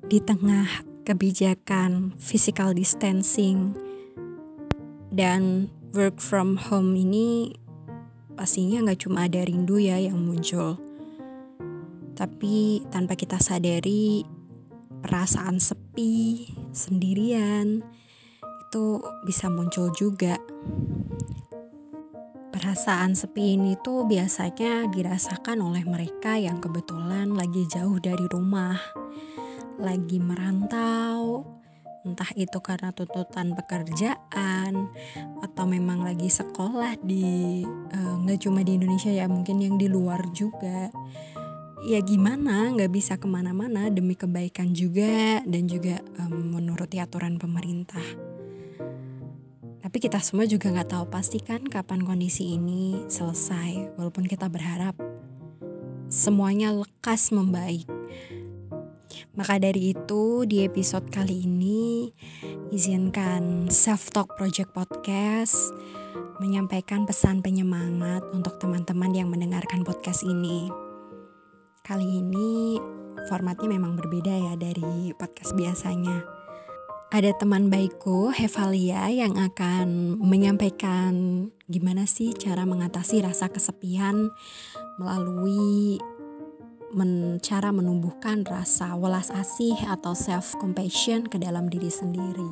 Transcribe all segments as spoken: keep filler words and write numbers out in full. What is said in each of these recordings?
di tengah kebijakan physical distancing dan work from home ini, pastinya gak cuma ada rindu ya yang muncul. Tapi tanpa kita sadari, perasaan sepi, sendirian, itu bisa muncul juga. Perasaan sepi ini tuh biasanya dirasakan oleh mereka yang kebetulan lagi jauh dari rumah, lagi merantau, entah itu karena tuntutan pekerjaan atau memang lagi sekolah di uh, nggak cuma di Indonesia ya, mungkin yang di luar juga. Ya gimana, nggak bisa kemana-mana demi kebaikan juga dan juga um, menuruti aturan pemerintah. Tapi kita semua juga nggak tahu pasti kan kapan kondisi ini selesai, walaupun kita berharap semuanya lekas membaik. Maka dari itu, di episode kali ini, izinkan Self Talk Project Podcast menyampaikan pesan penyemangat untuk teman-teman yang mendengarkan podcast ini. Kali ini, formatnya memang berbeda ya dari podcast biasanya. Ada teman baikku, Hevalia, yang akan menyampaikan gimana sih cara mengatasi rasa kesepian melalui Men, cara menumbuhkan rasa welas asih atau self compassion ke dalam diri sendiri.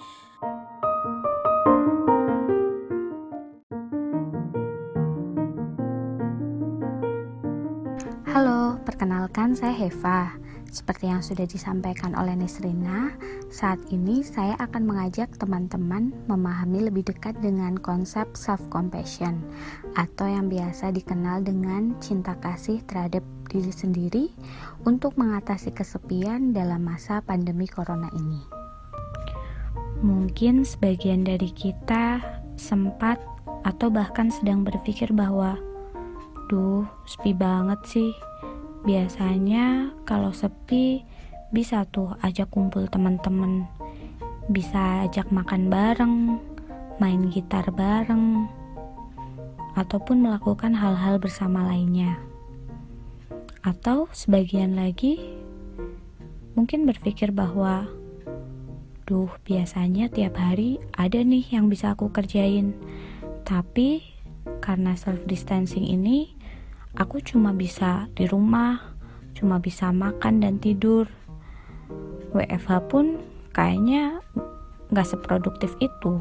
Halo, perkenalkan saya Heva. Seperti yang sudah disampaikan oleh Nisrina, saat ini saya akan mengajak teman-teman memahami lebih dekat dengan konsep self-compassion atau yang biasa dikenal dengan cinta kasih terhadap diri sendiri untuk mengatasi kesepian dalam masa pandemi corona ini. Mungkin sebagian dari kita sempat atau bahkan sedang berpikir bahwa duh, sepi banget sih. Biasanya kalau sepi bisa tuh ajak kumpul teman-teman, bisa ajak makan bareng, main gitar bareng, ataupun melakukan hal-hal bersama lainnya. Atau sebagian lagi mungkin berpikir bahwa duh, biasanya tiap hari ada nih yang bisa aku kerjain, tapi karena self distancing ini aku cuma bisa di rumah, cuma bisa makan dan tidur. W F H pun kayaknya gak seproduktif itu.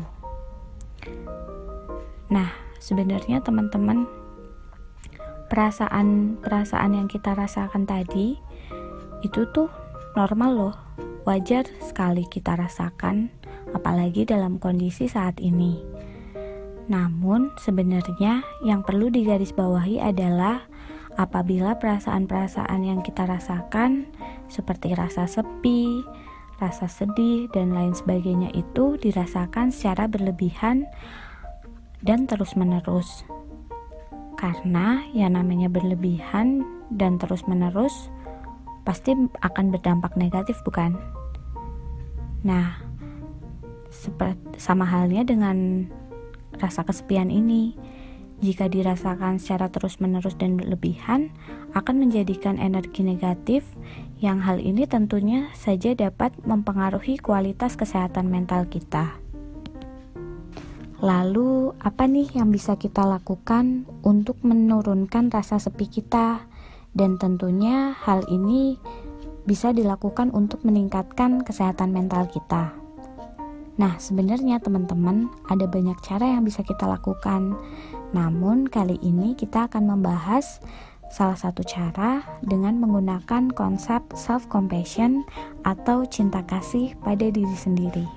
Nah, sebenarnya teman-teman, perasaan-perasaan yang kita rasakan tadi itu tuh normal loh, wajar sekali kita rasakan, apalagi dalam kondisi saat ini. Namun sebenarnya yang perlu digarisbawahi adalah apabila perasaan-perasaan yang kita rasakan seperti rasa sepi, rasa sedih, dan lain sebagainya itu dirasakan secara berlebihan dan terus-menerus. Karena yang namanya berlebihan dan terus-menerus pasti akan berdampak negatif, bukan? Nah, seperti sama halnya dengan rasa kesepian ini, jika dirasakan secara terus-menerus dan berlebihan, akan menjadikan energi negatif yang hal ini tentunya saja dapat mempengaruhi kualitas kesehatan mental kita. Lalu, apa nih yang bisa kita lakukan untuk menurunkan rasa sepi kita? Dan tentunya hal ini bisa dilakukan untuk meningkatkan kesehatan mental kita. Nah, sebenarnya teman-teman, ada banyak cara yang bisa kita lakukan. Namun, kali ini kita akan membahas salah satu cara dengan menggunakan konsep self-compassion atau cinta kasih pada diri sendiri.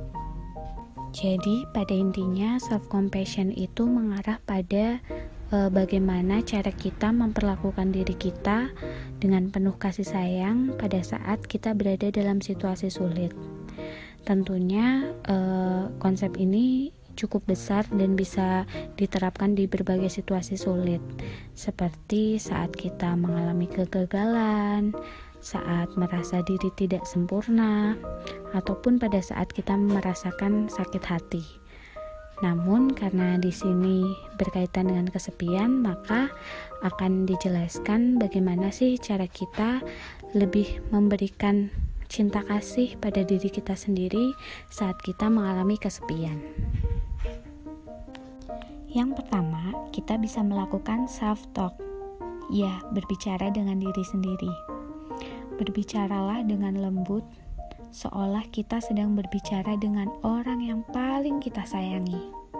Jadi, pada intinya self-compassion itu mengarah pada e, bagaimana cara kita memperlakukan diri kita dengan penuh kasih sayang pada saat kita berada dalam situasi sulit. Tentunya eh, konsep ini cukup besar dan bisa diterapkan di berbagai situasi sulit, seperti saat kita mengalami kegagalan, saat merasa diri tidak sempurna, ataupun pada saat kita merasakan sakit hati. Namun karena di sini berkaitan dengan kesepian, maka akan dijelaskan bagaimana sih cara kita lebih memberikan cinta kasih pada diri kita sendiri saat kita mengalami kesepian. Yang pertama, kita bisa melakukan self-talk. Ya, berbicara dengan diri sendiri. Berbicaralah dengan lembut, seolah kita sedang berbicara dengan orang yang paling kita sayangi.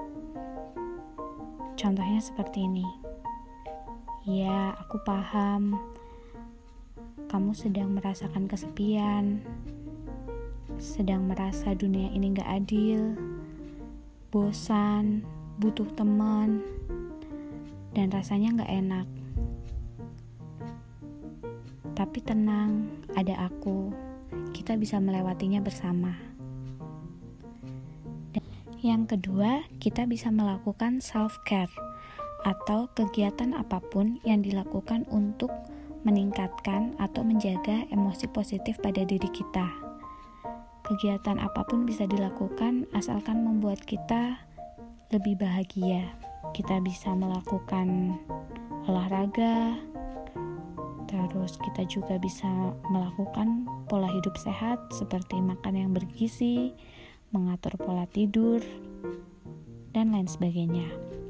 Contohnya seperti ini. Ya, aku paham. Kamu sedang merasakan kesepian, sedang merasa dunia ini gak adil, bosan, butuh teman, dan rasanya gak enak. Tapi tenang, ada aku. Kita bisa melewatinya bersama. Dan yang kedua, kita bisa melakukan self-care atau kegiatan apapun yang dilakukan untuk meningkatkan atau menjaga emosi positif pada diri kita. Kegiatan apapun bisa dilakukan asalkan membuat kita lebih bahagia. Kita bisa melakukan olahraga, terus kita juga bisa melakukan pola hidup sehat seperti makan yang bergizi, mengatur pola tidur, dan lain sebagainya.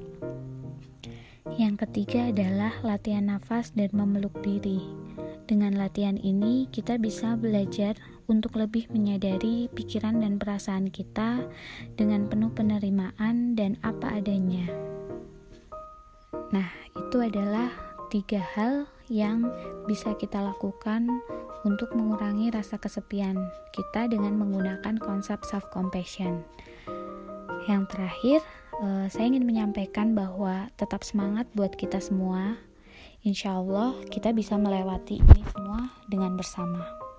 Yang ketiga adalah latihan nafas dan memeluk diri. Dengan latihan ini, kita bisa belajar untuk lebih menyadari pikiran dan perasaan kita dengan penuh penerimaan dan apa adanya. Nah, itu adalah tiga hal yang bisa kita lakukan untuk mengurangi rasa kesepian kita dengan menggunakan konsep self-compassion. Yang terakhir, eh, saya ingin menyampaikan bahwa tetap semangat buat kita semua. Insya Allah kita bisa melewati ini semua dengan bersama.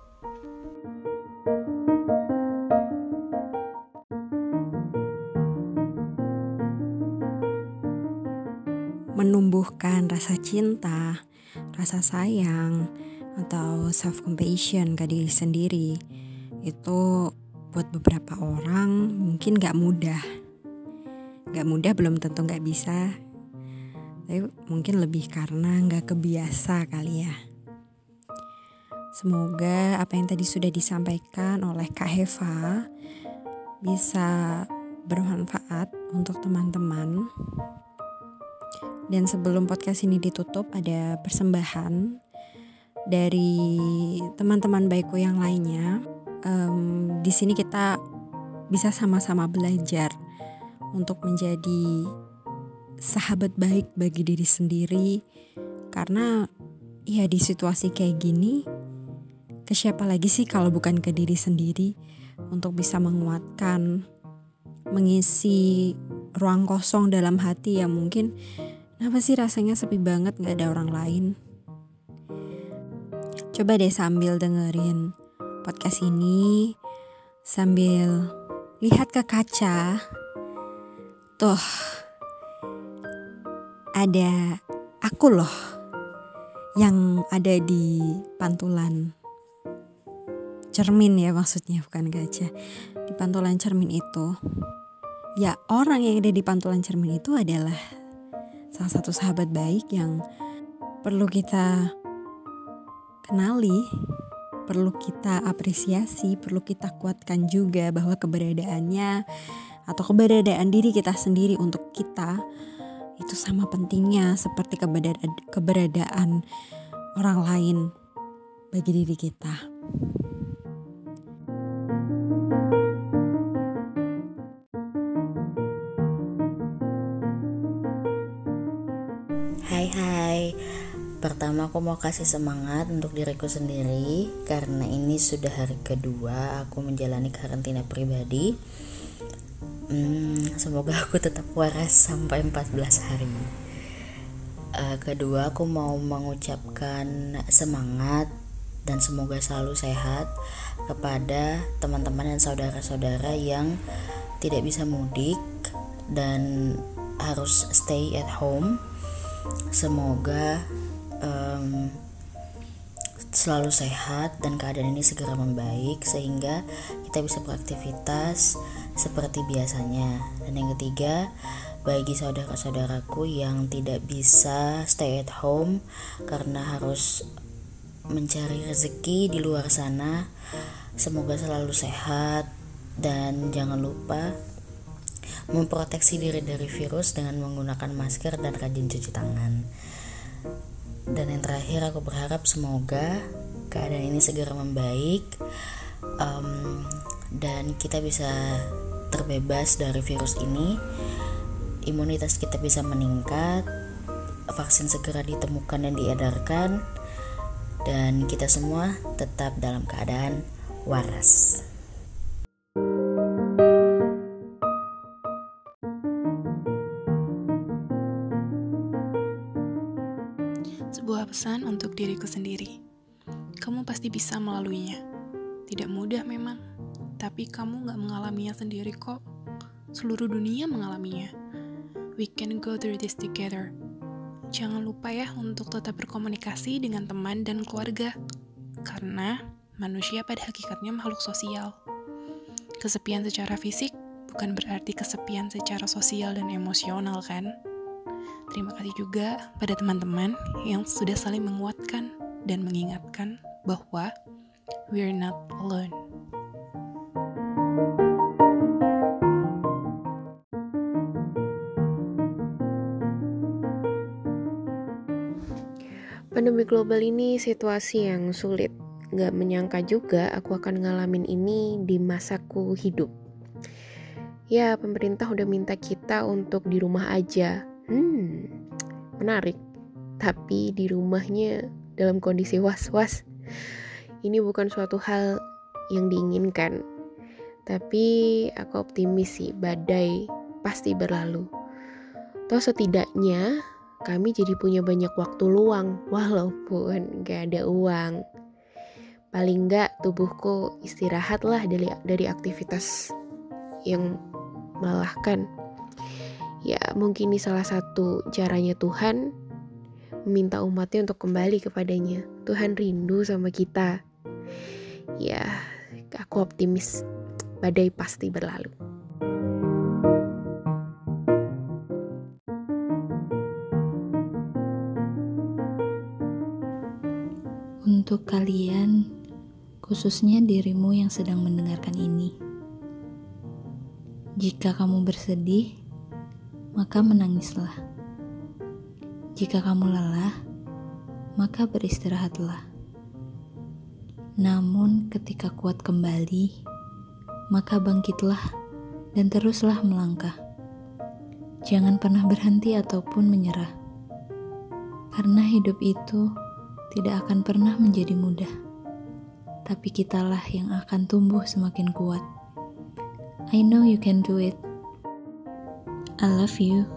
Menumbuhkan rasa cinta, rasa sayang, atau self-compassion ke diri sendiri itu buat beberapa orang mungkin gak mudah. Gak mudah belum tentu gak bisa, tapi mungkin lebih karena gak kebiasa kali ya. Semoga apa yang tadi sudah disampaikan oleh Kak Heva bisa bermanfaat untuk teman-teman. Dan sebelum podcast ini ditutup, ada persembahan dari teman-teman baikku yang lainnya. Um, di sini kita bisa sama-sama belajar untuk menjadi sahabat baik bagi diri sendiri. Karena ya di situasi kayak gini, ke siapa lagi sih kalau bukan ke diri sendiri untuk bisa menguatkan, mengisi ruang kosong dalam hati yang mungkin kenapa sih rasanya sepi banget gak ada orang lain. Coba deh sambil dengerin podcast ini, sambil lihat ke kaca. Tuh, ada aku loh yang ada di pantulan cermin ya, maksudnya bukan kaca. Di pantulan cermin itu, ya orang yang ada di pantulan cermin itu adalah salah satu sahabat baik yang perlu kita kenali, perlu kita apresiasi, perlu kita kuatkan juga bahwa keberadaannya atau keberadaan diri kita sendiri untuk kita itu sama pentingnya seperti keberadaan, keberadaan orang lain bagi diri kita. Hai hai, pertama aku mau kasih semangat untuk diriku sendiri karena ini sudah hari kedua aku menjalani karantina pribadi. hmm, Semoga aku tetap waras sampai empat belas hari. uh, Kedua, aku mau mengucapkan semangat dan semoga selalu sehat kepada teman-teman dan saudara-saudara yang tidak bisa mudik dan harus stay at home. Semoga um, selalu sehat dan keadaan ini segera membaik sehingga kita bisa beraktivitas seperti biasanya. Dan yang ketiga, bagi saudara-saudaraku yang tidak bisa stay at home karena harus mencari rezeki di luar sana, Semoga selalu sehat dan jangan lupa memproteksi diri dari virus dengan menggunakan masker dan rajin cuci tangan. Dan yang terakhir, aku berharap semoga keadaan ini segera membaik um, dan kita bisa terbebas dari virus ini, imunitas kita bisa meningkat, vaksin segera ditemukan dan diedarkan, dan kita semua tetap dalam keadaan waras. Sebuah pesan untuk diriku sendiri. Kamu pasti bisa melaluinya. Tidak mudah memang, tapi kamu gak mengalaminya sendiri kok. Seluruh dunia mengalaminya. We can go through this together. Jangan lupa ya untuk tetap berkomunikasi dengan teman dan keluarga. Karena manusia pada hakikatnya makhluk sosial. Kesepian secara fisik bukan berarti kesepian secara sosial dan emosional kan? Terima kasih juga pada teman-teman yang sudah saling menguatkan dan mengingatkan bahwa we're not alone. Pandemi global ini situasi yang sulit. Gak menyangka juga aku akan ngalamin ini di masaku hidup. Ya, pemerintah udah minta kita untuk di rumah aja. Hmm, menarik. Tapi di rumahnya dalam kondisi was-was. Ini bukan suatu hal yang diinginkan. Tapi aku optimis sih, badai pasti berlalu. Toh setidaknya kami jadi punya banyak waktu luang, walaupun gak ada uang. Paling gak tubuhku istirahat lah dari, dari aktivitas yang melelahkan. Ya mungkin ini salah satu caranya Tuhan meminta umatnya untuk kembali kepadanya. Tuhan rindu sama kita. Ya aku optimis badai pasti berlalu. Untuk kalian, khususnya dirimu yang sedang mendengarkan ini, jika kamu bersedih, maka menangislah. Jika kamu lelah, maka beristirahatlah. Namun ketika kuat kembali, maka bangkitlah dan teruslah melangkah. Jangan pernah berhenti ataupun menyerah. Karena hidup itu tidak akan pernah menjadi mudah. Tapi kitalah yang akan tumbuh semakin kuat. I know you can do it. I love you.